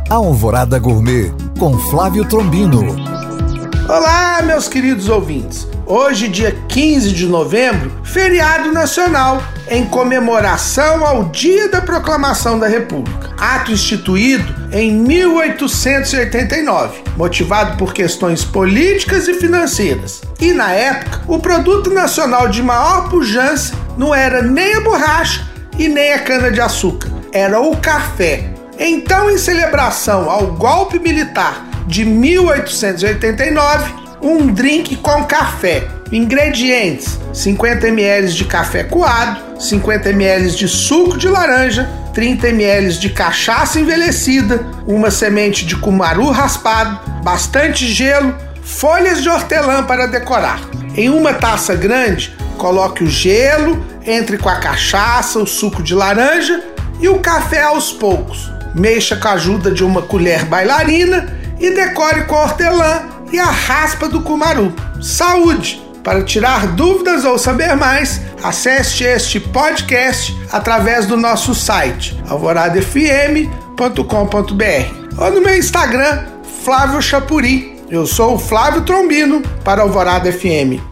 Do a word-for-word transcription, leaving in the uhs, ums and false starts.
Alvorada Gourmet, com Flávio Trombino. Olá, meus queridos ouvintes. Hoje, dia quinze de novembro, feriado nacional, em comemoração ao Dia da Proclamação da República, ato instituído em mil oitocentos e oitenta e nove, motivado por questões políticas e financeiras. E na época, o produto nacional de maior pujança não era nem a borracha e nem a cana-de-açúcar, era o café. Então, em celebração ao golpe militar de mil oitocentos e oitenta e nove, um drink com café. Ingredientes: cinquenta mililitros de café coado, cinquenta mililitros de suco de laranja, trinta mililitros de cachaça envelhecida, uma semente de cumaru raspado, bastante gelo, folhas de hortelã para decorar. Em uma taça grande, coloque o gelo, entre com a cachaça, o suco de laranja e o café aos poucos. Mexa com a ajuda de uma colher bailarina e decore com a hortelã e a raspa do cumaru. Saúde! Para tirar dúvidas ou saber mais, acesse este podcast através do nosso site alvorada f m ponto com ponto b r ou no meu Instagram, Flávio Chapuri. Eu sou o Flávio Trombino para Alvorada F M.